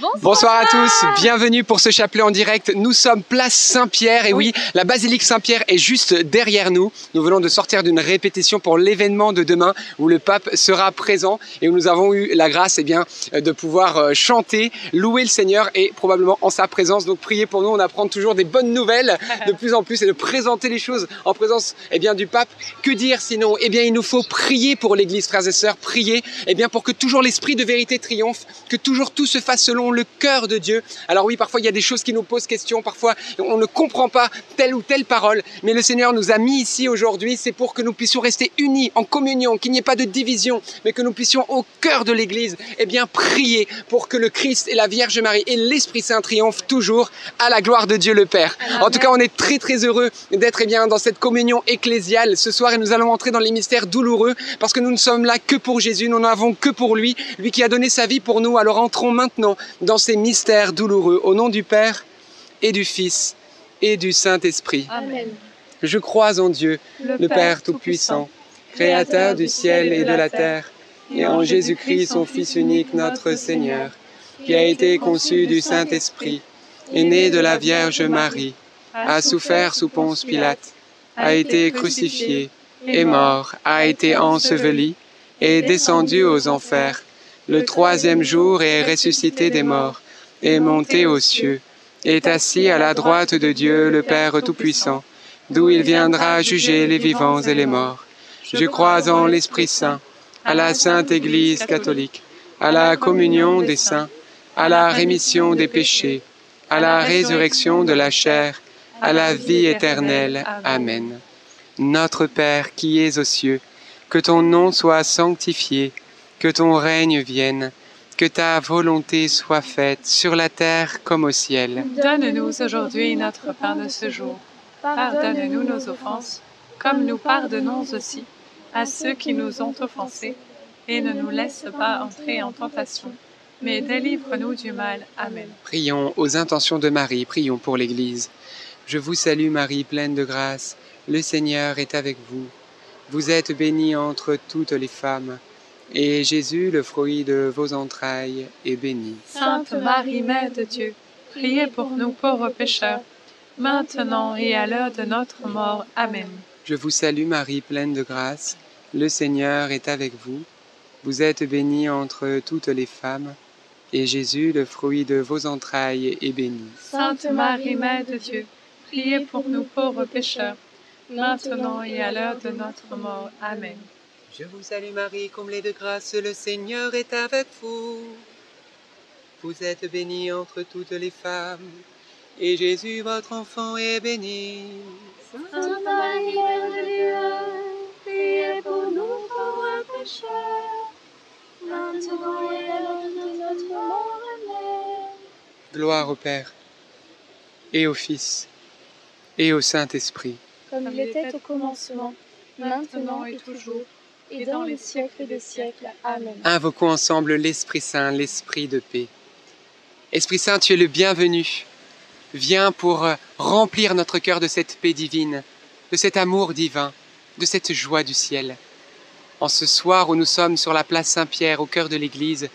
Bonsoir à tous, bienvenue pour ce chapelet en direct. Nous sommes place Saint-Pierre et oui, la basilique Saint-Pierre est juste derrière nous. Nous venons de sortir d'une répétition pour l'événement de demain où le pape sera présent et où nous avons eu la grâce de pouvoir chanter, louer le Seigneur et probablement en sa présence. Donc priez pour nous, on apprend toujours des bonnes nouvelles de plus en plus et de présenter les choses en présence du pape. Que dire sinon? Il nous faut prier pour l'Église, frères et sœurs, prier pour que toujours l'esprit de vérité triomphe, que toujours tout se fasse selon le cœur de Dieu. Alors oui, parfois il y a des choses qui nous posent question, parfois on ne comprend pas telle ou telle parole, mais le Seigneur nous a mis ici aujourd'hui, c'est pour que nous puissions rester unis en communion, qu'il n'y ait pas de division, mais que nous puissions au cœur de l'Église, prier pour que le Christ et la Vierge Marie et l'Esprit Saint triomphent toujours à la gloire de Dieu le Père. Amen. En tout cas, on est très très heureux d'être dans cette communion ecclésiale ce soir et nous allons entrer dans les mystères douloureux parce que nous ne sommes là que pour Jésus, nous n'avons que pour lui, lui qui a donné sa vie pour nous. Alors entrons maintenant dans ces mystères douloureux au nom du Père et du Fils et du Saint-Esprit. Amen. Je crois en Dieu, le Père Tout-Puissant, Créateur du ciel et de la terre, et en Jésus-Christ, son Fils unique, notre Seigneur, qui a été conçu du Saint-Esprit, est né de la Vierge Marie, a souffert sous Ponce Pilate, a été crucifié, est mort, a été enseveli, est descendu aux enfers. Le troisième jour est ressuscité des morts, est monté aux cieux, est assis à la droite de Dieu, le Père Tout-Puissant, d'où il viendra juger les vivants et les morts. Je crois en l'Esprit Saint, à la Sainte Église catholique, à la communion des saints, à la rémission des péchés, à la résurrection de la chair, à la vie éternelle. Amen. Notre Père qui es aux cieux, que ton nom soit sanctifié, que ton règne vienne, que ta volonté soit faite sur la terre comme au ciel. Donne-nous aujourd'hui notre pain de ce jour. Pardonne-nous nos offenses, comme nous pardonnons aussi à ceux qui nous ont offensés, et ne nous laisse pas entrer en tentation, mais délivre-nous du mal. Amen. Prions aux intentions de Marie, prions pour l'Église. Je vous salue Marie, pleine de grâce, le Seigneur est avec vous. Vous êtes bénie entre toutes les femmes, et Jésus, le fruit de vos entrailles, est béni. Sainte Marie, Mère de Dieu, priez pour nous pauvres pécheurs, maintenant et à l'heure de notre mort. Amen. Je vous salue Marie, pleine de grâce, le Seigneur est avec vous. Vous êtes bénie entre toutes les femmes, et Jésus, le fruit de vos entrailles, est béni. Sainte Marie, Mère de Dieu, priez pour nous pauvres pécheurs, maintenant et à l'heure de notre mort. Amen. Je vous salue Marie, comblée de grâce, le Seigneur est avec vous. Vous êtes bénie entre toutes les femmes, et Jésus, votre enfant, est béni. Sainte Marie, Mère de Dieu, priez pour nous pauvres pécheurs, maintenant et à l'heure de notre mort. Amen. Gloire au Père, et au Fils, et au Saint-Esprit. Comme il était au commencement, maintenant et toujours, et dans les siècles des siècles. Amen. Invoquons ensemble l'Esprit Saint, l'Esprit de paix. Esprit Saint, tu es le bienvenu. Viens pour remplir notre cœur de cette paix divine, de cet amour divin, de cette joie du ciel. En ce soir où nous sommes sur la place Saint-Pierre, au cœur de l'Église,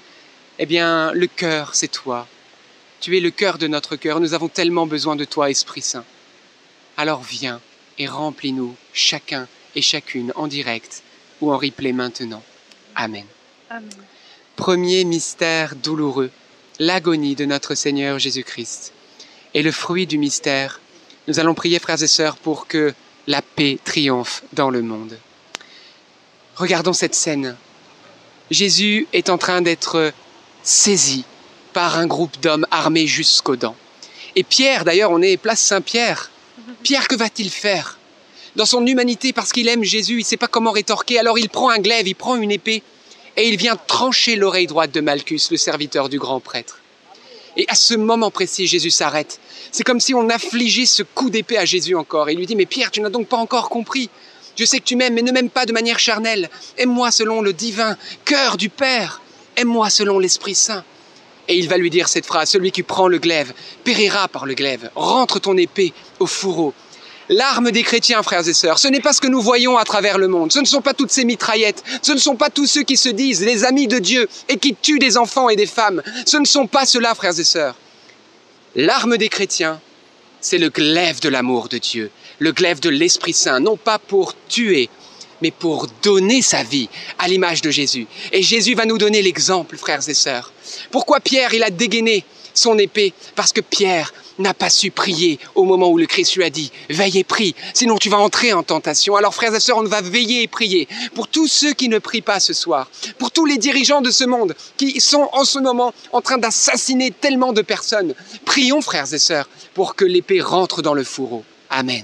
le cœur, c'est toi. Tu es le cœur de notre cœur. Nous avons tellement besoin de toi, Esprit Saint. Alors viens et remplis-nous, chacun et chacune, en direct ou en replay maintenant. Amen. Amen. Premier mystère douloureux, l'agonie de notre Seigneur Jésus-Christ. Et le fruit du mystère, nous allons prier, frères et sœurs, pour que la paix triomphe dans le monde. Regardons cette scène. Jésus est en train d'être saisi par un groupe d'hommes armés jusqu'aux dents. Et Pierre, d'ailleurs, on est place Saint-Pierre. Pierre, que va-t-il faire? Dans son humanité, parce qu'il aime Jésus, il ne sait pas comment rétorquer, alors il prend un glaive, il prend une épée, et il vient trancher l'oreille droite de Malchus, le serviteur du grand prêtre. Et à ce moment précis, Jésus s'arrête. C'est comme si on affligeait ce coup d'épée à Jésus encore. Et il lui dit, mais Pierre, tu n'as donc pas encore compris. Je sais que tu m'aimes, mais ne m'aimes pas de manière charnelle. Aime-moi selon le divin cœur du Père. Aime-moi selon l'Esprit Saint. Et il va lui dire cette phrase, celui qui prend le glaive périra par le glaive. Rentre ton épée au fourreau. L'arme des chrétiens, frères et sœurs, ce n'est pas ce que nous voyons à travers le monde. Ce ne sont pas toutes ces mitraillettes. Ce ne sont pas tous ceux qui se disent les amis de Dieu et qui tuent des enfants et des femmes. Ce ne sont pas ceux-là, frères et sœurs. L'arme des chrétiens, c'est le glaive de l'amour de Dieu, le glaive de l'Esprit Saint, non pas pour tuer, mais pour donner sa vie à l'image de Jésus. Et Jésus va nous donner l'exemple, frères et sœurs. Pourquoi Pierre, il a dégainé son épée? Parce que Pierre n'a pas su prier au moment où le Christ lui a dit « Veille et prie, sinon tu vas entrer en tentation ». Alors frères et sœurs, on va veiller et prier pour tous ceux qui ne prient pas ce soir, pour tous les dirigeants de ce monde qui sont en ce moment en train d'assassiner tellement de personnes. Prions, frères et sœurs, pour que l'épée rentre dans le fourreau. Amen.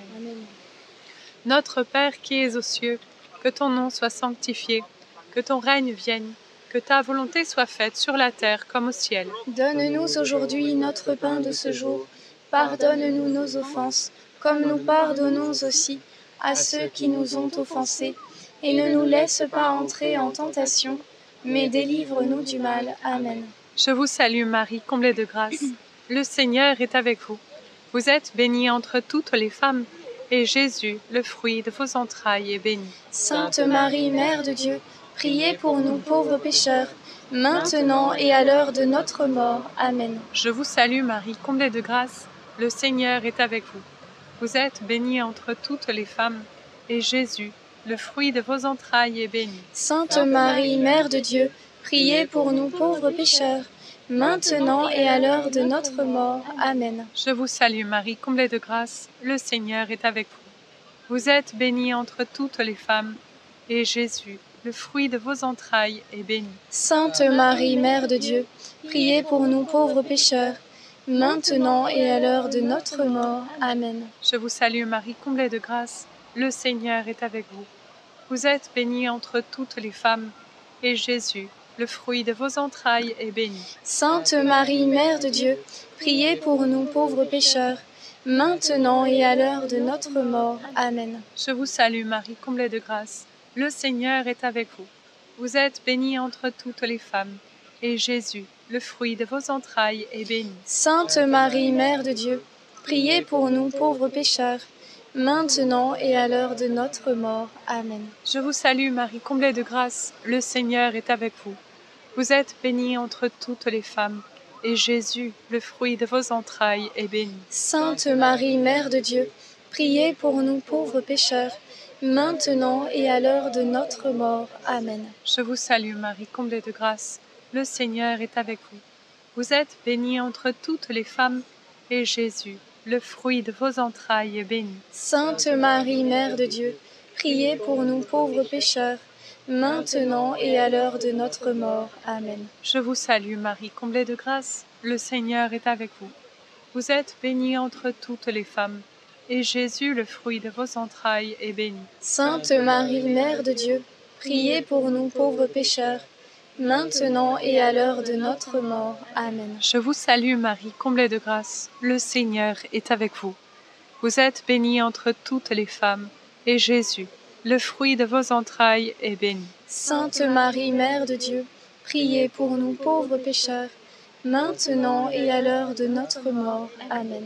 Notre Père qui es aux cieux, que ton nom soit sanctifié, que ton règne vienne, que ta volonté soit faite sur la terre comme au ciel. Donne-nous aujourd'hui notre pain de ce jour. Pardonne-nous nos offenses, comme nous pardonnons aussi à ceux qui nous ont offensés. Et ne nous laisse pas entrer en tentation, mais délivre-nous du mal. Amen. Je vous salue Marie, comblée de grâce. Le Seigneur est avec vous. Vous êtes bénie entre toutes les femmes, et Jésus, le fruit de vos entrailles, est béni. Sainte Marie, Mère de Dieu, priez pour nous pauvres pécheurs, maintenant et à l'heure de notre mort. Amen. Je vous salue Marie, comblée de grâce. Le Seigneur est avec vous. Vous êtes bénie entre toutes les femmes, et Jésus, le fruit de vos entrailles, est béni. Sainte Marie, Mère de Dieu, priez pour nous pauvres pécheurs, maintenant et à l'heure de notre mort. Amen. Je vous salue Marie, comblée de grâce. Le Seigneur est avec vous. Vous êtes bénie entre toutes les femmes, et Jésus, le fruit de vos entrailles, est béni. Sainte Marie, Mère de Dieu, priez pour nous pauvres pécheurs, maintenant et à l'heure de notre mort. Amen. Je vous salue Marie, comblée de grâce. Le Seigneur est avec vous. Vous êtes bénie entre toutes les femmes, et Jésus, le fruit de vos entrailles, est béni. Sainte Marie, Mère de Dieu, priez pour nous pauvres pécheurs, maintenant et à l'heure de notre mort. Amen. Je vous salue Marie, comblée de grâce. Le Seigneur est avec vous. Vous êtes bénie entre toutes les femmes, et Jésus, le fruit de vos entrailles, est béni. Sainte Marie, Mère de Dieu, priez pour nous pauvres pécheurs, maintenant et à l'heure de notre mort. Amen. Je vous salue Marie, comblée de grâce. Le Seigneur est avec vous. Vous êtes bénie entre toutes les femmes, et Jésus, le fruit de vos entrailles, est béni. Sainte Marie, Mère de Dieu, priez pour nous pauvres pécheurs, maintenant et à l'heure de notre mort. Amen. Je vous salue Marie, comblée de grâce. Le Seigneur est avec vous. Vous êtes bénie entre toutes les femmes, et Jésus, le fruit de vos entrailles, est béni. Sainte Marie, Mère de Dieu, priez pour nous pauvres pécheurs, maintenant et à l'heure de notre mort. Amen. Je vous salue Marie, comblée de grâce. Le Seigneur est avec vous. Vous êtes bénie entre toutes les femmes, et Jésus, le fruit de vos entrailles, est béni. Sainte Marie, Mère de Dieu, priez pour nous pauvres pécheurs, maintenant et à l'heure de notre mort. Amen. Je vous salue Marie, comblée de grâce. Le Seigneur est avec vous. Vous êtes bénie entre toutes les femmes, et Jésus, le fruit de vos entrailles, est béni. Sainte Marie, Mère de Dieu, priez pour nous pauvres pécheurs, maintenant et à l'heure de notre mort. Amen.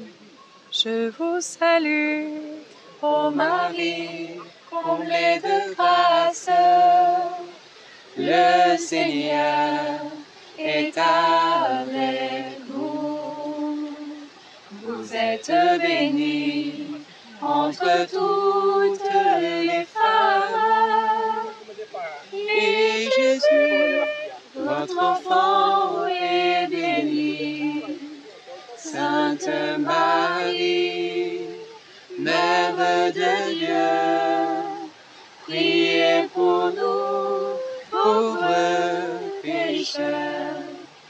Je vous salue, ô Marie, comblée de grâce. Le Seigneur est avec vous. Vous êtes bénie entre toutes les femmes. Et Jésus, votre enfant, est béni. Sainte Marie, Mère de Dieu, priez pour nous, pauvres pécheurs,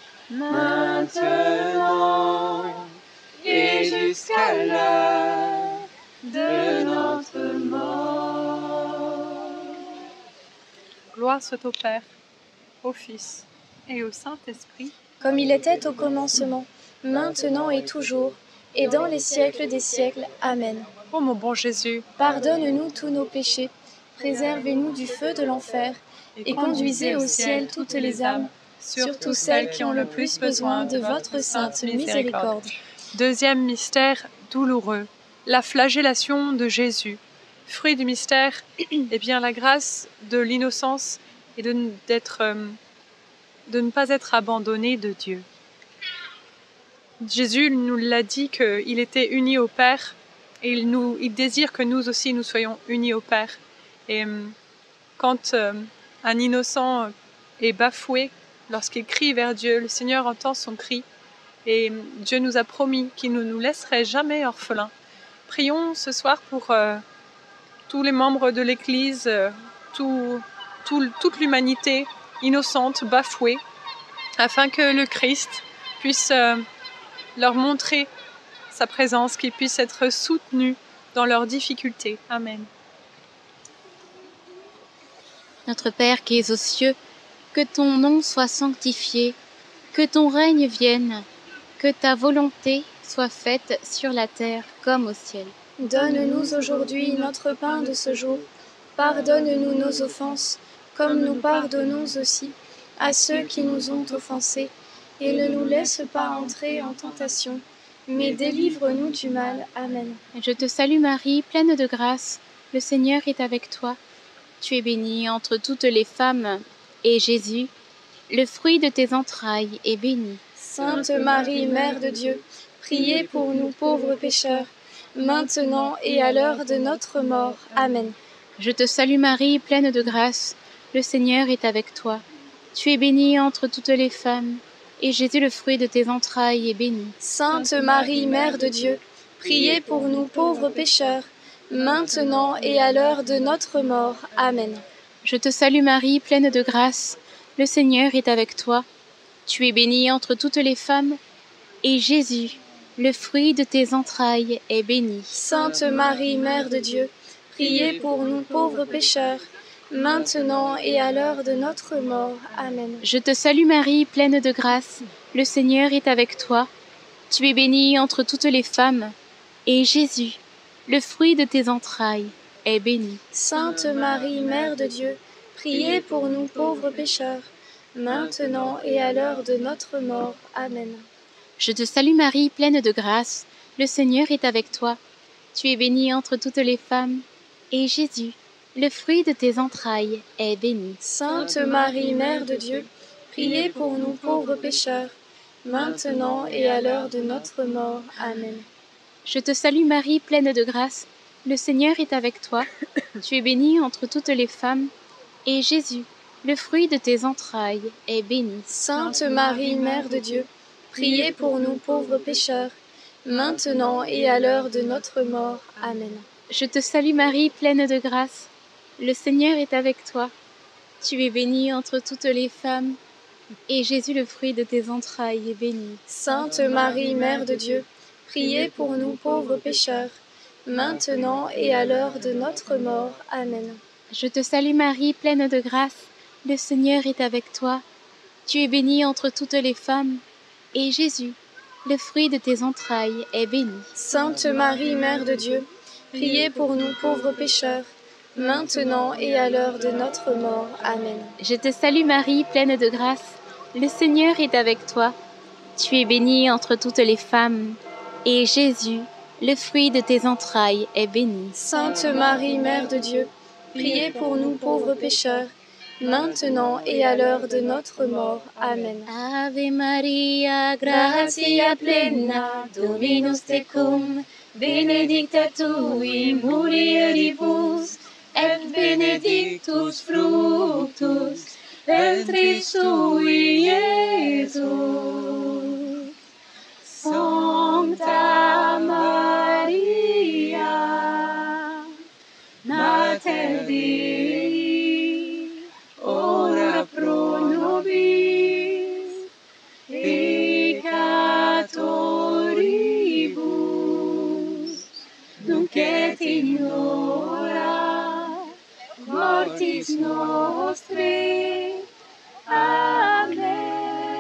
maintenant et jusqu'à l'heure de notre mort. gloire soit au Père, au Fils et au Saint-Esprit, comme il était au commencement, maintenant et toujours, et dans les siècles des siècles. Amen. ô mon bon Jésus, Pardonne-nous tous nos péchés, préservez-nous du feu de l'enfer, et conduisez au ciel toutes les âmes, surtout celles qui ont le plus besoin de votre sainte miséricorde. Deuxième mystère douloureux, la flagellation de Jésus. Fruit du mystère, eh bien la grâce de l'innocence et de ne pas être abandonné de Dieu. Jésus nous l'a dit qu'il était uni au Père et il désire que nous aussi nous soyons unis au Père. Et quand un innocent est bafoué, lorsqu'il crie vers Dieu, le Seigneur entend son cri et Dieu nous a promis qu'il ne nous laisserait jamais orphelins. Prions ce soir pour tous les membres de l'Église, toute l'humanité innocente, bafouée, afin que le Christ puisse leur montrer sa présence, qu'ils puissent être soutenus dans leurs difficultés. Amen. Notre Père qui es aux cieux, que ton nom soit sanctifié, que ton règne vienne, que ta volonté soit faite sur la terre comme au ciel. Donne-nous aujourd'hui notre pain de ce jour. Pardonne-nous nos offenses, comme nous pardonnons aussi à ceux qui nous ont offensés. Et ne nous laisse pas entrer en tentation, mais délivre-nous du mal. Amen. Je te salue Marie, pleine de grâce, le Seigneur est avec toi. Tu es bénie entre toutes les femmes, et Jésus, le fruit de tes entrailles, est béni. Sainte Marie, Mère de Dieu, priez pour nous pauvres pécheurs, maintenant et à l'heure de notre mort. Amen. Je te salue Marie, pleine de grâce, le Seigneur est avec toi. Tu es bénie entre toutes les femmes, et Jésus, le fruit de tes entrailles, est béni. Sainte Marie, Mère de Dieu, priez pour nous pauvres pécheurs, maintenant et à l'heure de notre mort. Amen. Je te salue Marie, pleine de grâce, le Seigneur est avec toi. Tu es bénie entre toutes les femmes, et Jésus, le fruit de tes entrailles, est béni. Sainte Marie, Mère de Dieu, priez pour nous pauvres pécheurs, maintenant et à l'heure de notre mort. Amen. Je te salue Marie, pleine de grâce, le Seigneur est avec toi. Tu es bénie entre toutes les femmes, et Jésus, le fruit de tes entrailles, est béni. Sainte Marie, Mère de Dieu, priez pour nous pauvres pécheurs, maintenant et à l'heure de notre mort. Amen. Je te salue Marie, pleine de grâce, le Seigneur est avec toi. Tu es bénie entre toutes les femmes, et Jésus, le fruit de tes entrailles, est béni. Sainte Marie, Mère de Dieu, priez pour nous pauvres pécheurs, maintenant et à l'heure de notre mort. Amen. Je te salue Marie, pleine de grâce, le Seigneur est avec toi. Tu es bénie entre toutes les femmes, et Jésus, le fruit de tes entrailles, est béni. Sainte Marie, Mère de Dieu, priez pour nous pauvres pécheurs, maintenant et à l'heure de notre mort. Amen. Je te salue Marie, pleine de grâce, le Seigneur est avec toi. Tu es bénie entre toutes les femmes, et Jésus, le fruit de tes entrailles, est béni. Sainte Marie, Mère de Dieu, priez pour nous pauvres pécheurs, maintenant et à l'heure de notre mort. Amen. Je te salue Marie, pleine de grâce, le Seigneur est avec toi. Tu es bénie entre toutes les femmes, et Jésus, le fruit de tes entrailles, est béni. Sainte Marie, Mère de Dieu, priez pour nous pauvres pécheurs, maintenant et à l'heure de notre mort. Amen. Je te salue Marie, pleine de grâce, le Seigneur est avec toi. Tu es bénie entre toutes les femmes, et Jésus, le fruit de tes entrailles, est béni. Sainte Marie, Mère de Dieu, priez pour nous pauvres pécheurs, maintenant et à l'heure de notre mort. Amen. Ave Maria, gratia plena, Dominus tecum, benedicta tu in mulieribus, et benedictus fructus ventris tui, Iesus. Sancta Maria, Mater Dei, ora pro nobis peccatoribus, nunc et in hora mortis nostrae. Amen.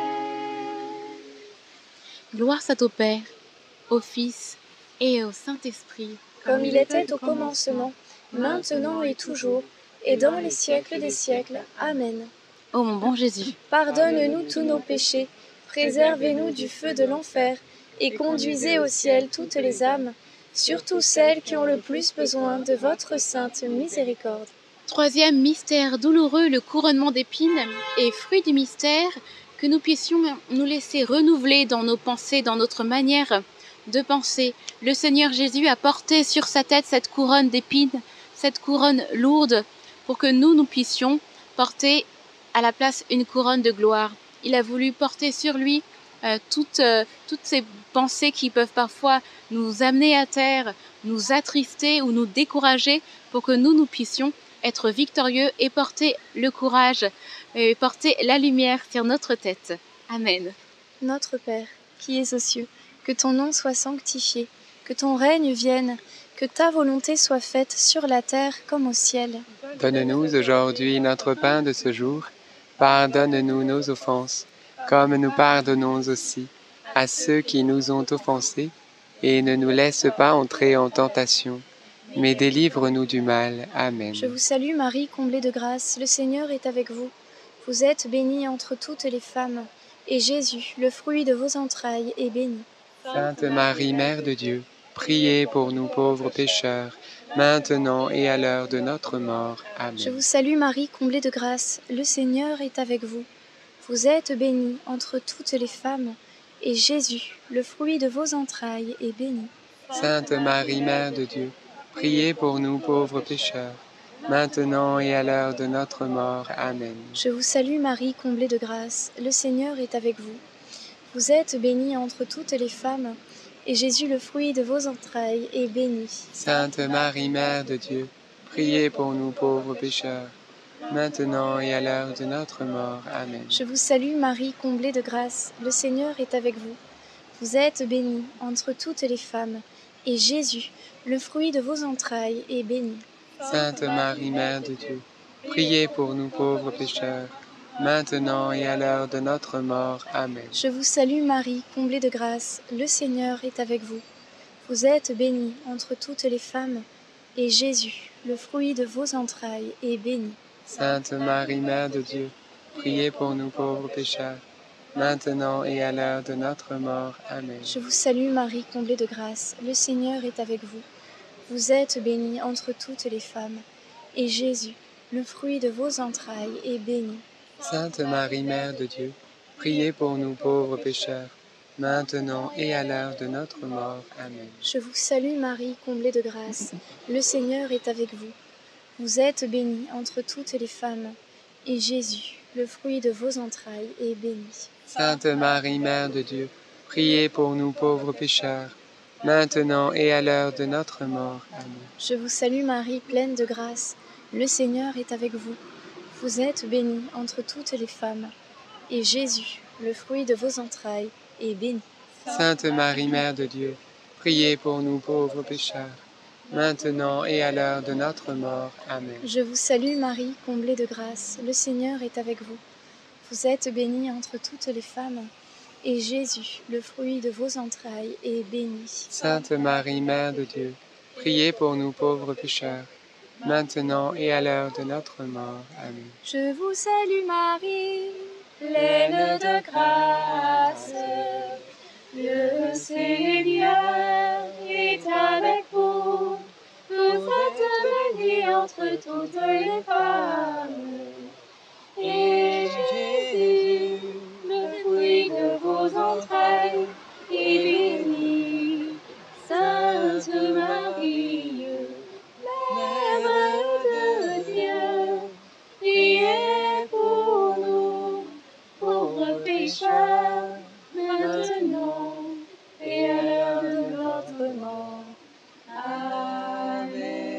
Gloire soit au Père, au Fils et au Saint-Esprit, comme il était au commencement, maintenant et toujours, et dans les siècles des siècles. Amen. Ô mon bon Jésus, pardonne-nous tous nos péchés, préservez-nous du feu de l'enfer, et conduisez au ciel toutes les âmes, surtout celles qui ont le plus besoin de votre sainte miséricorde. Troisième mystère douloureux, le couronnement d'épines. Et fruit du mystère, que nous puissions nous laisser renouveler dans nos pensées, dans notre manière de penser. Le Seigneur Jésus a porté sur sa tête cette couronne d'épines, cette couronne lourde, pour que nous puissions porter à la place une couronne de gloire. Il a voulu porter sur lui toutes ces pensées qui peuvent parfois nous amener à terre, nous attrister ou nous décourager, pour que nous puissions être victorieux et porter le courage, et porter la lumière sur notre tête. Amen. Notre Père, qui es aux cieux, que ton nom soit sanctifié, que ton règne vienne, que ta volonté soit faite sur la terre comme au ciel. Donne-nous aujourd'hui notre pain de ce jour. Pardonne-nous nos offenses, comme nous pardonnons aussi à ceux qui nous ont offensés, et ne nous laisse pas entrer en tentation, mais délivre-nous du mal. Amen. Je vous salue Marie, comblée de grâce, le Seigneur est avec vous. Vous êtes bénie entre toutes les femmes, et Jésus, le fruit de vos entrailles, est béni. Sainte Marie, Mère de Dieu, priez pour nous pauvres pécheurs, maintenant et à l'heure de notre mort. Amen. Je vous salue Marie, comblée de grâce, le Seigneur est avec vous. Vous êtes bénie entre toutes les femmes, et Jésus, le fruit de vos entrailles, est béni. Sainte Marie, Mère de Dieu, priez pour nous pauvres pécheurs, maintenant et à l'heure de notre mort. Amen. Je vous salue Marie, comblée de grâce, le Seigneur est avec vous. Vous êtes bénie entre toutes les femmes, et Jésus, le fruit de vos entrailles, est béni. Sainte Marie, Mère de Dieu, priez pour nous pauvres pécheurs, maintenant et à l'heure de notre mort. Amen. Je vous salue Marie, comblée de grâce, le Seigneur est avec vous. Vous êtes bénie entre toutes les femmes, et Jésus, le fruit de vos entrailles, est béni. Sainte Marie, Mère de Dieu, priez pour nous pauvres pécheurs, maintenant et à l'heure de notre mort. Amen. Je vous salue Marie, comblée de grâce, le Seigneur est avec vous. Vous êtes bénie entre toutes les femmes, et Jésus, le fruit de vos entrailles, est béni. Sainte Marie, Mère de Dieu, priez pour nous pauvres pécheurs, maintenant et à l'heure de notre mort. Amen. Je vous salue Marie, comblée de grâce, le Seigneur est avec vous. Vous êtes bénie entre toutes les femmes, et Jésus, le fruit de vos entrailles, est béni. Sainte Marie, Mère de Dieu, priez pour nous pauvres pécheurs, maintenant et à l'heure de notre mort. Amen. Je vous salue Marie, comblée de grâce, le Seigneur est avec vous. Vous êtes bénie entre toutes les femmes, et Jésus, le fruit de vos entrailles, est béni. Sainte Marie, Mère de Dieu, priez pour nous pauvres pécheurs, maintenant et à l'heure de notre mort. Amen. Je vous salue Marie, pleine de grâce, le Seigneur est avec vous. Vous êtes bénie entre toutes les femmes, et Jésus, le fruit de vos entrailles, est béni. Sainte Marie, Mère de Dieu, priez pour nous pauvres pécheurs, maintenant et à l'heure de notre mort. Amen. Je vous salue Marie, comblée de grâce, le Seigneur est avec vous. Vous êtes bénie entre toutes les femmes, et Jésus, le fruit de vos entrailles, est béni. Sainte Marie, Mère de Dieu, priez pour nous pauvres pécheurs, maintenant et à l'heure de notre mort. Amen. Je vous salue Marie, pleine de grâce, le Seigneur est avec vous. Vous êtes bénie entre toutes les femmes, et Jésus, le fruit de vos entrailles, est béni. Sainte Marie, Mère de Dieu, priez pour nous, pauvres pécheurs, maintenant et à l'heure de notre mort. Amen.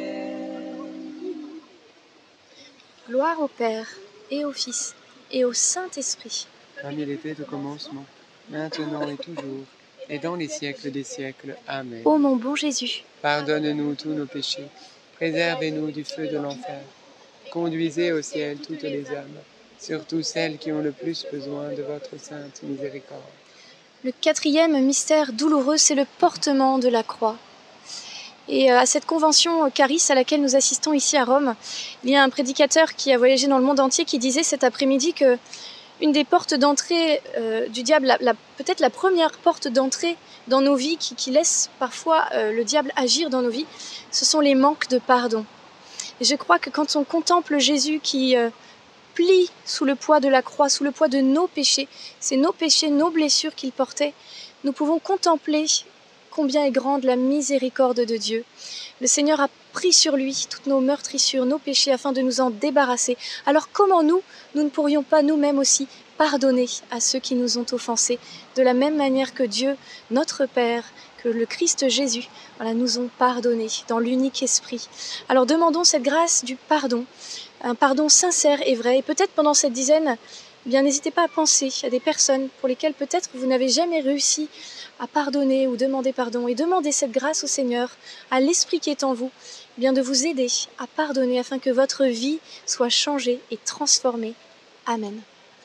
gloire au Père, et au Fils, et au Saint-Esprit. Comme il était au commencement, maintenant et toujours, et dans les siècles des siècles. Amen. Ô mon bon Jésus, Pardonne-nous tous nos péchés, préservez-nous du feu de l'enfer, conduisez au ciel toutes les âmes, surtout celles qui ont le plus besoin de votre sainte miséricorde. le quatrième mystère douloureux, c'est le portement de la croix. Et à cette convention Caris à laquelle nous assistons ici à Rome, il y a un prédicateur qui a voyagé dans le monde entier qui disait cet après-midi que une des portes d'entrée du diable, peut-être la première porte d'entrée dans nos vies, qui laissent parfois le diable agir dans nos vies, ce sont les manques de pardon. Et je crois que quand on contemple Jésus qui plie sous le poids de la croix, sous le poids de nos péchés, c'est nos péchés, nos blessures qu'il portait, nous pouvons contempler combien est grande la miséricorde de Dieu. Le Seigneur a pris sur lui toutes nos meurtrissures, nos péchés, afin de nous en débarrasser. Alors comment nous ne pourrions pas nous-mêmes aussi pardonner à ceux qui nous ont offensés, de la même manière que Dieu, notre Père, que le Christ Jésus, nous ont pardonnés dans l'unique esprit. Alors demandons cette grâce du pardon, un pardon sincère et vrai. Et peut-être pendant cette dizaine, n'hésitez pas à penser à des personnes pour lesquelles peut-être vous n'avez jamais réussi à pardonner ou demander pardon, et demandez cette grâce au Seigneur, à l'Esprit qui est en vous, de vous aider à pardonner afin que votre vie soit changée et transformée. Amen.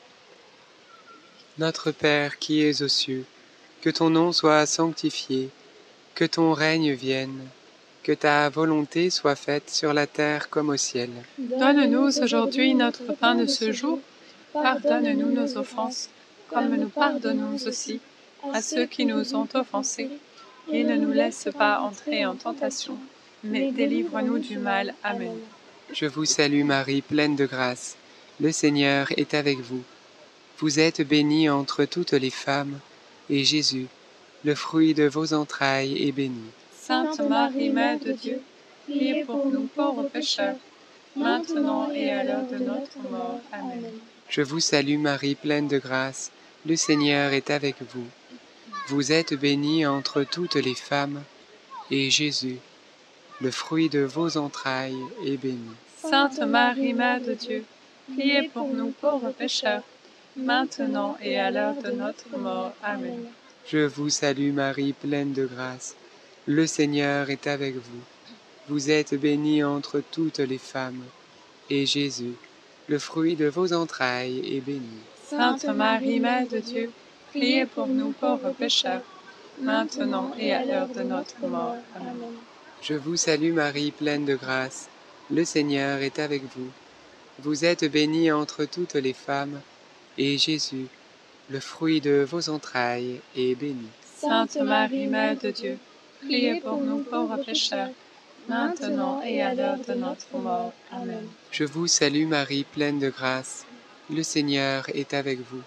Notre Père qui es aux cieux, que ton nom soit sanctifié, que ton règne vienne, que ta volonté soit faite sur la terre comme au ciel. Donne-nous aujourd'hui notre pain de ce jour. Pardonne-nous nos offenses, comme nous pardonnons aussi à ceux qui nous ont offensés. Et ne nous laisse pas entrer en tentation, mais délivre-nous du mal. Amen. Je vous salue Marie, pleine de grâce. Le Seigneur est avec vous. Vous êtes bénie entre toutes les femmes, et Jésus, le fruit de vos entrailles, est béni. Sainte Marie, Mère de Dieu, priez pour nous pauvres pécheurs, maintenant et à l'heure de notre mort. Amen. Je vous salue Marie, pleine de grâce. Le Seigneur est avec vous. Vous êtes bénie entre toutes les femmes, et Jésus, le fruit de vos entrailles, est béni. Sainte Marie, Mère de Dieu, priez pour nous pauvres pécheurs, maintenant et à l'heure de notre mort. Amen. Je vous salue Marie, pleine de grâce. Le Seigneur est avec vous. Vous êtes bénie entre toutes les femmes, et Jésus, le fruit de vos entrailles, est béni. Sainte Marie, Mère de Dieu, priez pour nous pauvres pécheurs, maintenant et à l'heure de notre mort. Amen. Je vous salue Marie, pleine de grâce. Le Seigneur est avec vous. Vous êtes bénie entre toutes les femmes, et Jésus, le fruit de vos entrailles, est béni. Sainte Marie, Mère de Dieu, priez pour nous pauvres pécheurs, maintenant et à l'heure de notre mort. Amen. Je vous salue Marie, pleine de grâce. Le Seigneur est avec vous.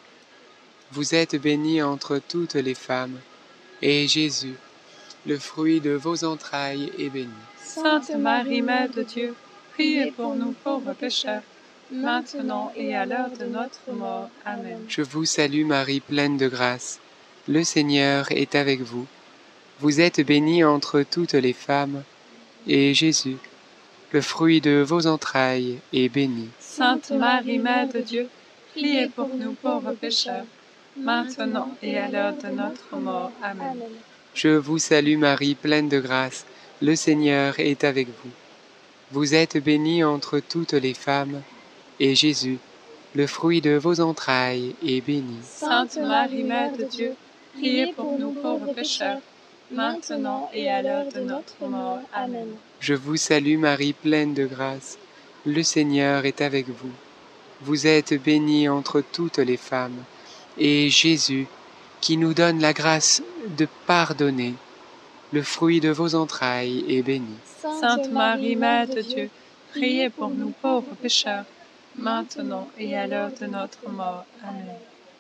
Vous êtes bénie entre toutes les femmes, et Jésus, le fruit de vos entrailles, est béni. Sainte Marie, Mère de Dieu, priez pour nous pauvres pécheurs, maintenant et à l'heure de notre mort. Amen. Je vous salue Marie, pleine de grâce. Le Seigneur est avec vous. Vous êtes bénie entre toutes les femmes, et Jésus, le fruit de vos entrailles, est béni. Sainte Marie, Mère de Dieu, priez pour nous pauvres pécheurs, maintenant et à l'heure de notre mort. Amen. Je vous salue Marie, pleine de grâce. Le Seigneur est avec vous. Vous êtes bénie entre toutes les femmes, et Jésus, le fruit de vos entrailles, est béni. Sainte Marie, Mère de Dieu, priez pour nous pauvres pécheurs, maintenant et à l'heure de notre mort. Amen. Je vous salue Marie, pleine de grâce. Le Seigneur est avec vous. Vous êtes bénie entre toutes les femmes, et Jésus, qui nous donne la grâce de pardonner, le fruit de vos entrailles, est béni. Sainte Marie, Mère de Dieu, priez pour nous pauvres pécheurs, maintenant et à l'heure de notre mort. Amen.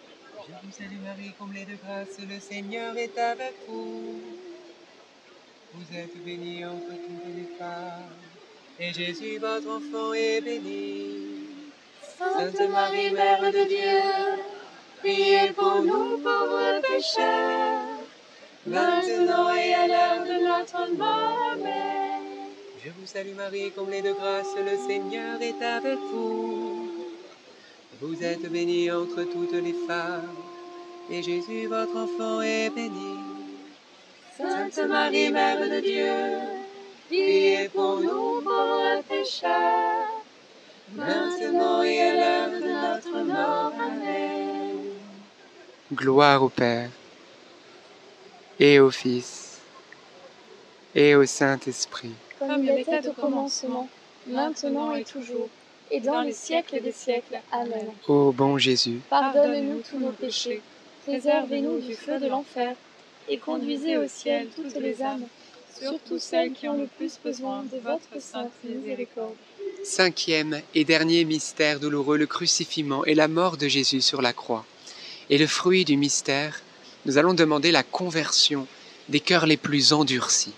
Je vous salue Marie, comblée de grâce, le Seigneur est avec vous. Vous êtes bénie entre toutes les femmes, et Jésus, votre enfant, est béni. Sainte Marie, Mère de Dieu, priez pour nous pauvres pécheurs, maintenant et à l'heure de notre mort. Amen. Je vous salue Marie, comblée de grâce, le Seigneur est avec vous. Vous êtes bénie entre toutes les femmes, et Jésus, votre enfant, est béni. Sainte Marie, Mère de Dieu, priez pour nous pauvres pécheurs, maintenant et à l'heure de notre mort. Amen. Gloire au Père, et au Fils, et au Saint-Esprit. Comme il était au commencement, maintenant et toujours, et dans les siècles des siècles. Amen. Ô bon Jésus, Pardonne-nous tous nos péchés, préservez-nous du feu de l'enfer, et conduisez au ciel toutes les âmes, surtout celles qui ont le plus besoin de votre sainte miséricorde. Cinquième et dernier mystère douloureux, le crucifixion et la mort de Jésus sur la croix. Et le fruit du mystère, nous allons demander la conversion des cœurs les plus endurcis.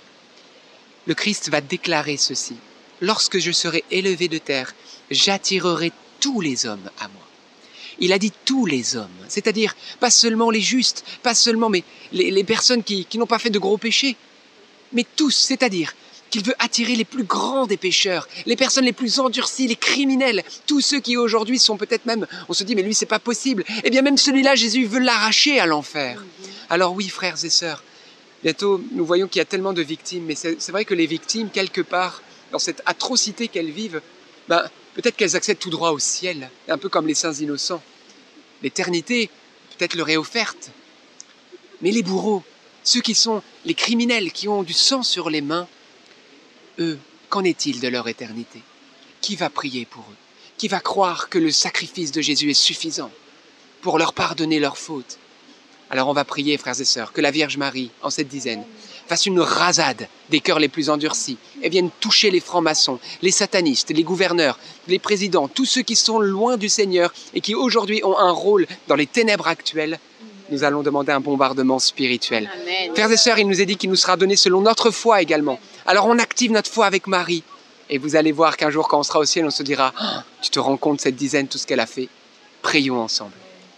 Le Christ va déclarer ceci: « Lorsque je serai élevé de terre, j'attirerai tous les hommes à moi. » Il a dit tous les hommes, c'est-à-dire pas seulement les justes, pas seulement mais les personnes qui n'ont pas fait de gros péchés, mais tous, c'est-à-dire qu'il veut attirer les plus grands des pécheurs, les personnes les plus endurcies, les criminels, tous ceux qui aujourd'hui sont peut-être même, on se dit mais lui c'est pas possible, eh bien même celui-là Jésus veut l'arracher à l'enfer. Alors oui frères et sœurs, bientôt nous voyons qu'il y a tellement de victimes, mais c'est vrai que les victimes quelque part, dans cette atrocité qu'elles vivent, peut-être qu'elles accèdent tout droit au ciel, un peu comme les saints innocents. L'éternité peut-être leur est offerte, mais les bourreaux, ceux qui sont les criminels qui ont du sang sur les mains, eux, qu'en est-il de leur éternité? Qui va prier pour eux? Qui va croire que le sacrifice de Jésus est suffisant pour leur pardonner leurs fautes? Alors on va prier, frères et sœurs, que la Vierge Marie, en cette dizaine, fasse une rasade des cœurs les plus endurcis et vienne toucher les francs-maçons, les satanistes, les gouverneurs, les présidents, tous ceux qui sont loin du Seigneur et qui aujourd'hui ont un rôle dans les ténèbres actuelles. Nous allons demander un bombardement spirituel. Amen. Frères et sœurs, il nous est dit qu'il nous sera donné selon notre foi également. Alors on active notre foi avec Marie. Et vous allez voir qu'un jour, quand on sera au ciel, on se dira oh, « Tu te rends compte, cette dizaine, tout ce qu'elle a fait ?» Prions ensemble.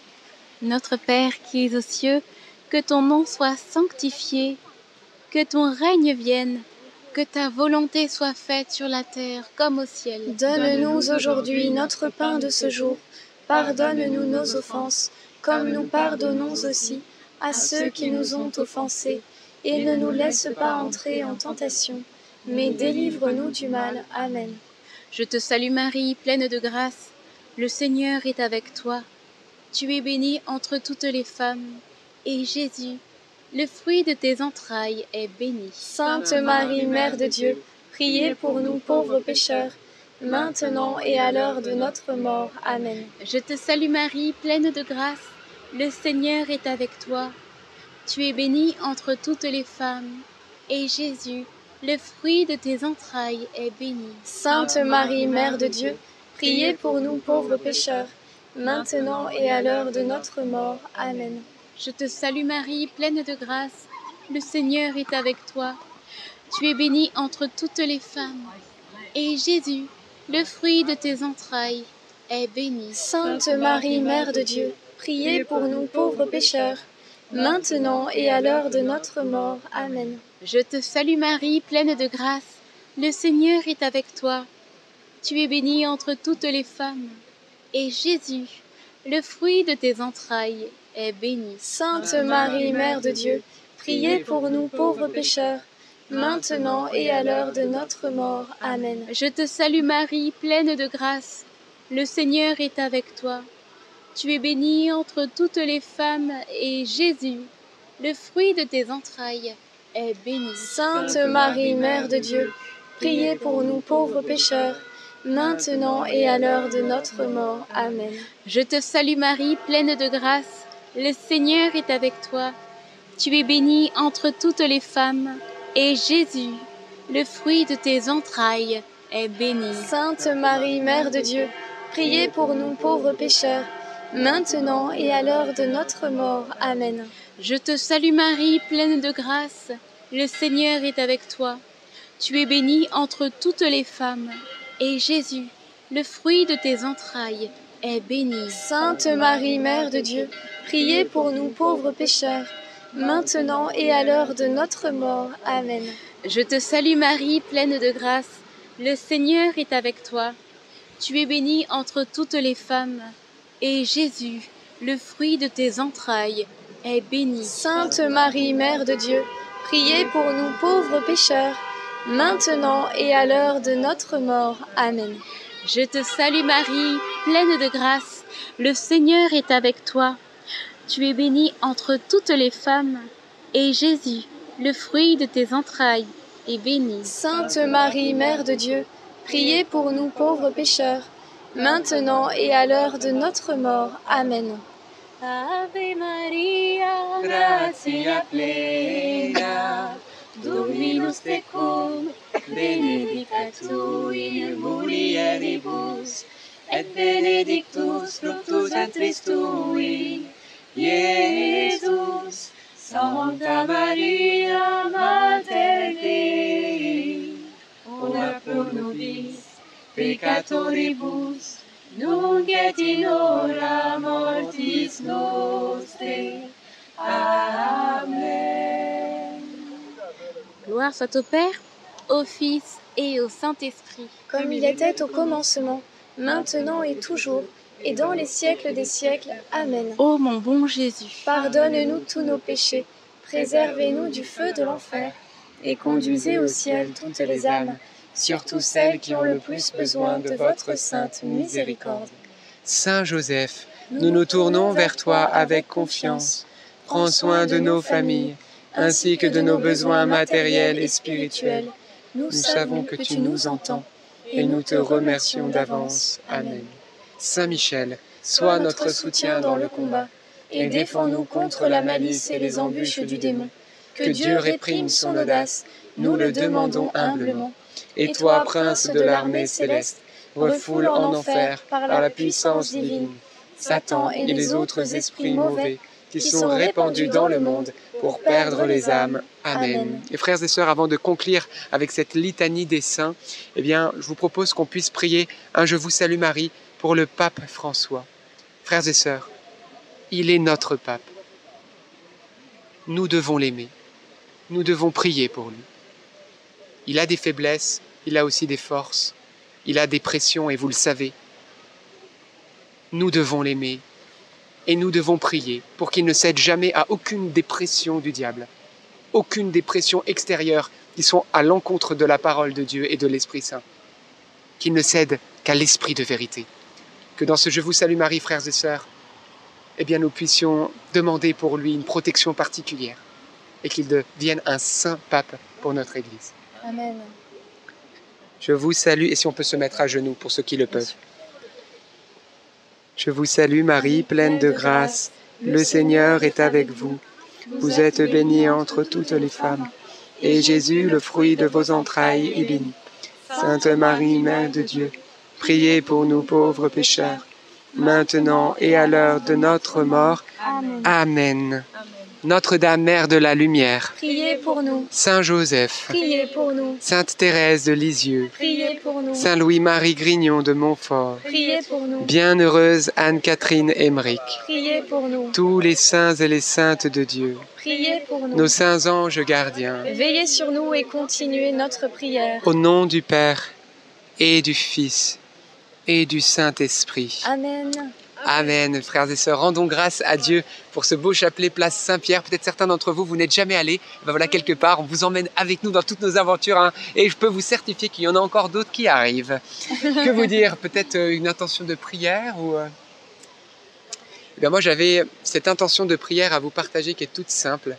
Notre Père qui es aux cieux, que ton nom soit sanctifié, que ton règne vienne, que ta volonté soit faite sur la terre comme au ciel. Donne-nous aujourd'hui notre pain de ce jour. Pardonne-nous nos offenses, comme nous pardonnons aussi à ceux qui nous ont offensés. Et ne nous laisse pas entrer en tentation, mais délivre-nous du mal. Amen. Je te salue Marie, pleine de grâce. Le Seigneur est avec toi. Tu es bénie entre toutes les femmes, et Jésus, le fruit de tes entrailles, est béni. Sainte Marie, Mère de Dieu, priez pour nous pauvres pécheurs, maintenant et à l'heure de notre mort. Amen. Je te salue Marie, pleine de grâce. Le Seigneur est avec toi. Tu es bénie entre toutes les femmes, et Jésus, le fruit de tes entrailles, est béni. Sainte Marie, Mère de Dieu, priez pour nous pauvres pécheurs, maintenant et à l'heure de notre mort. Amen. Je te salue Marie, pleine de grâce. Le Seigneur est avec toi. Tu es bénie entre toutes les femmes, et Jésus, le fruit de tes entrailles, est béni. Sainte Marie, Mère de Dieu, priez pour nous pauvres pécheurs, maintenant et à l'heure de notre mort. Amen. Je te salue Marie, pleine de grâce. Le Seigneur est avec toi. Tu es bénie entre toutes les femmes, et Jésus, le fruit de tes entrailles, est béni. Sainte Marie, Mère de Dieu, priez pour nous pauvres pécheurs, maintenant et à l'heure de notre mort. Amen. Je te salue Marie, pleine de grâce. Le Seigneur est avec toi. Tu es bénie entre toutes les femmes, et Jésus, le fruit de tes entrailles, est béni. Sainte Marie, Mère de Dieu, priez pour nous pauvres pécheurs, maintenant et à l'heure de notre mort. Amen. Je te salue Marie, pleine de grâce. Le Seigneur est avec toi. Tu es bénie entre toutes les femmes, et Jésus, le fruit de tes entrailles, est béni. Sainte Marie, Mère de Dieu, priez pour nous pauvres pécheurs, maintenant et à l'heure de notre mort. Amen. Je te salue Marie, pleine de grâce. Le Seigneur est avec toi. Tu es bénie entre toutes les femmes, et Jésus, le fruit de tes entrailles, est béni. Sainte Marie, Mère de Dieu, priez pour nous pauvres pécheurs, maintenant et à l'heure de notre mort. Amen. Je te salue Marie, pleine de grâce. Le Seigneur est avec toi. Tu es bénie entre toutes les femmes, et Jésus, le fruit de tes entrailles, est béni. Sainte Marie, Mère de Dieu, priez pour nous pauvres pécheurs, maintenant et à l'heure de notre mort. Amen. Je te salue Marie, pleine de grâce. Le Seigneur est avec toi. Tu es bénie entre toutes les femmes, et Jésus, le fruit de tes entrailles, est béni. Sainte Marie, Mère de Dieu, priez pour nous pauvres pécheurs, maintenant et à l'heure de notre mort. Amen. Ave Maria, gratia plena, Dominus tecum, benedicta tu in mulieribus, et benedictus fructus ventris tui, Iesus. Sancta Maria, Mater Dei, ora pro nobis peccatoribus, nunc et in hora mortis nostre. Amen. Gloire soit au Père, au Fils et au Saint-Esprit. Comme il était au commencement, maintenant et toujours, et dans les siècles des siècles. Amen. Ô mon bon Jésus, Pardonne-nous tous nos péchés, préservez-nous du feu de l'enfer, et conduisez au ciel toutes les âmes, surtout celles qui ont le plus besoin de votre sainte miséricorde. Saint Joseph, nous nous tournons vers toi avec confiance. Prends soin de nos familles, ainsi que de nos besoins matériels et spirituels. Nous savons que tu nous entends, et nous te remercions d'avance. Amen. Saint Michel, sois notre soutien dans le combat, et défends-nous contre la malice et les embûches du démon. Que Dieu réprime son audace, nous le demandons humblement. Et toi, prince de l'armée céleste, refoule en enfer, par la puissance divine, Satan et les autres esprits mauvais qui sont répandus dans le monde pour perdre les âmes. Amen. Et frères et sœurs, avant de conclure avec cette litanie des saints, eh bien, je vous propose qu'on puisse prier un Je vous salue Marie pour le pape François. Frères et sœurs, il est notre pape. Nous devons l'aimer. Nous devons prier pour lui. Il a des faiblesses, il a aussi des forces. Il a des pressions et vous le savez. Nous devons l'aimer et nous devons prier pour qu'il ne cède jamais à aucune des pressions du diable, aucune des pressions extérieures qui sont à l'encontre de la parole de Dieu et de l'Esprit Saint. Qu'il ne cède qu'à l'Esprit de vérité. Que dans ce Je vous salue Marie, frères et sœurs, eh bien nous puissions demander pour lui une protection particulière et qu'il devienne un saint pape pour notre Église. Amen. Je vous salue, et si on peut se mettre à genoux pour ceux qui le peuvent. Je vous salue Marie, pleine de grâce, le Seigneur est avec vous. Vous êtes bénie entre toutes les femmes, et Jésus, le fruit de vos entrailles, est béni. Sainte Marie, Mère de Dieu, priez pour nous pauvres pécheurs, maintenant et à l'heure de notre mort. Amen. Amen. Notre-Dame, Mère de la Lumière, Priez pour nous. Saint Joseph, Priez pour nous. Sainte Thérèse de Lisieux, Priez pour nous. Saint Louis-Marie Grignon de Montfort, Priez pour nous. Bienheureuse Anne-Catherine Emmerich, Priez pour nous. tous les saints et les saintes de Dieu, Priez pour nous. nos saints anges gardiens, Veillez sur nous et continuez notre prière. au nom du Père et du Fils et du Saint-Esprit. Amen. Amen, frères et sœurs. Rendons grâce à Dieu pour ce beau chapelet place Saint-Pierre. Peut-être certains d'entre vous, vous n'êtes jamais allés. Ben voilà, quelque part, on vous emmène avec nous dans toutes nos aventures. Hein, et je peux vous certifier qu'il y en a encore d'autres qui arrivent. Que vous dire? Peut-être une intention de prière ou... Eh bien, moi, j'avais cette intention de prière à vous partager qui est toute simple.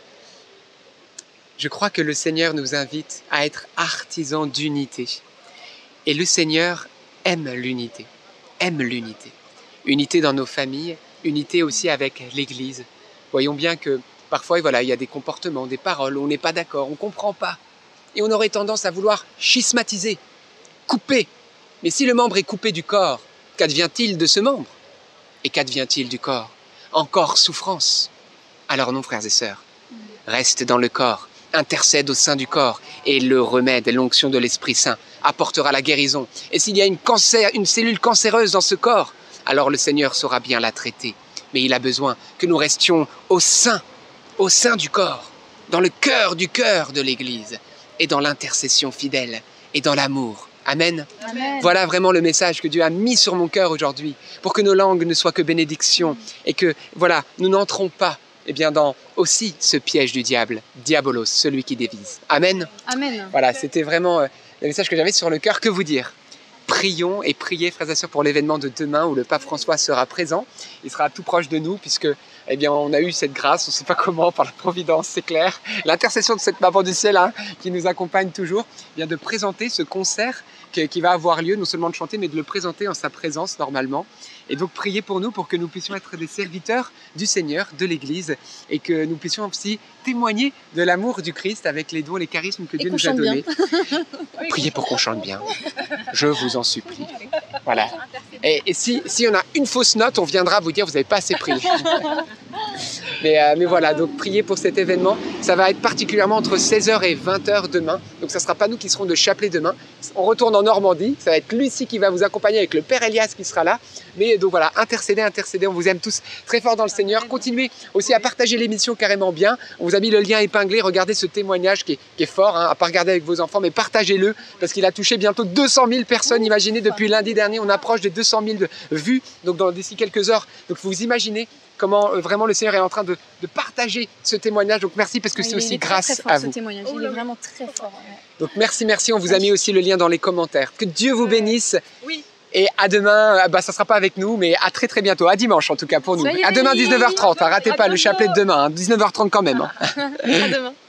Je crois que le Seigneur nous invite à être artisans d'unité. Et le Seigneur aime l'unité. Aime l'unité. Unité dans nos familles, unité aussi avec l'Église. Voyons bien que parfois, voilà, il y a des comportements, des paroles où on n'est pas d'accord, on ne comprend pas. Et on aurait tendance à vouloir schismatiser, couper. Mais si le membre est coupé du corps, qu'advient-il de ce membre? Et qu'advient-il du corps? Encore souffrance. Alors non, frères et sœurs, reste dans le corps, intercède au sein du corps, et le remède, l'onction de l'Esprit Saint apportera la guérison. Et s'il y a une cellule cancéreuse dans ce corps, alors le Seigneur saura bien la traiter. Mais il a besoin que nous restions au sein du corps, dans le cœur du cœur de l'Église, et dans l'intercession fidèle, et dans l'amour. Amen. Amen. Voilà vraiment le message que Dieu a mis sur mon cœur aujourd'hui, pour que nos langues ne soient que bénédictions, et que, voilà, nous n'entrons pas dans aussi ce piège du diable, diabolos, celui qui dévise. Amen. Amen. Voilà, c'était vraiment le message que j'avais sur le cœur. Que vous dire? Prions et priez, frères et sœurs, pour l'événement de demain où le pape François sera présent. Il sera tout proche de nous puisque, on a eu cette grâce, on ne sait pas comment, par la providence, c'est clair. L'intercession de cette maman du ciel qui nous accompagne toujours, de présenter ce concert qui va avoir lieu, non seulement de chanter, mais de le présenter en sa présence normalement. Et donc priez pour nous pour que nous puissions être des serviteurs du Seigneur, de l'Église, et que nous puissions aussi témoigner de l'amour du Christ avec les dons, les charismes que Dieu nous a donnés. Priez pour qu'on chante bien, je vous en supplie. Voilà. Et si on a une fausse note, on viendra vous dire vous n'avez pas assez prié. Mais voilà, donc priez pour cet événement. Ça va être particulièrement entre 16h et 20h demain. Donc ça ne sera pas nous qui serons de chapelet demain. On retourne en Normandie. Ça va être Lucie qui va vous accompagner avec le Père Elias qui sera là. Mais donc voilà, intercédez. On vous aime tous très fort dans le Seigneur. Continuez aussi à partager l'émission carrément bien. On vous a mis le lien épinglé. Regardez ce témoignage qui est fort, hein, à pas regarder avec vos enfants, mais partagez-le parce qu'il a touché bientôt 200 000 personnes. Imaginez, depuis lundi dernier, on approche des 200 000 vues. Donc d'ici quelques heures. Donc vous imaginez comment vraiment le Seigneur est en train de partager ce témoignage. Donc merci parce que c'est aussi grâce à vous. Ce témoignage, il est vraiment très fort. Ouais. Donc merci. On vous a mis aussi le lien dans les commentaires. Que Dieu vous bénisse. Oui. Et à demain, ça sera pas avec nous, mais à très très bientôt. À dimanche en tout cas pour nous. À demain 19h30. Ratez pas le chapelet de demain, 19h30 quand même. À demain.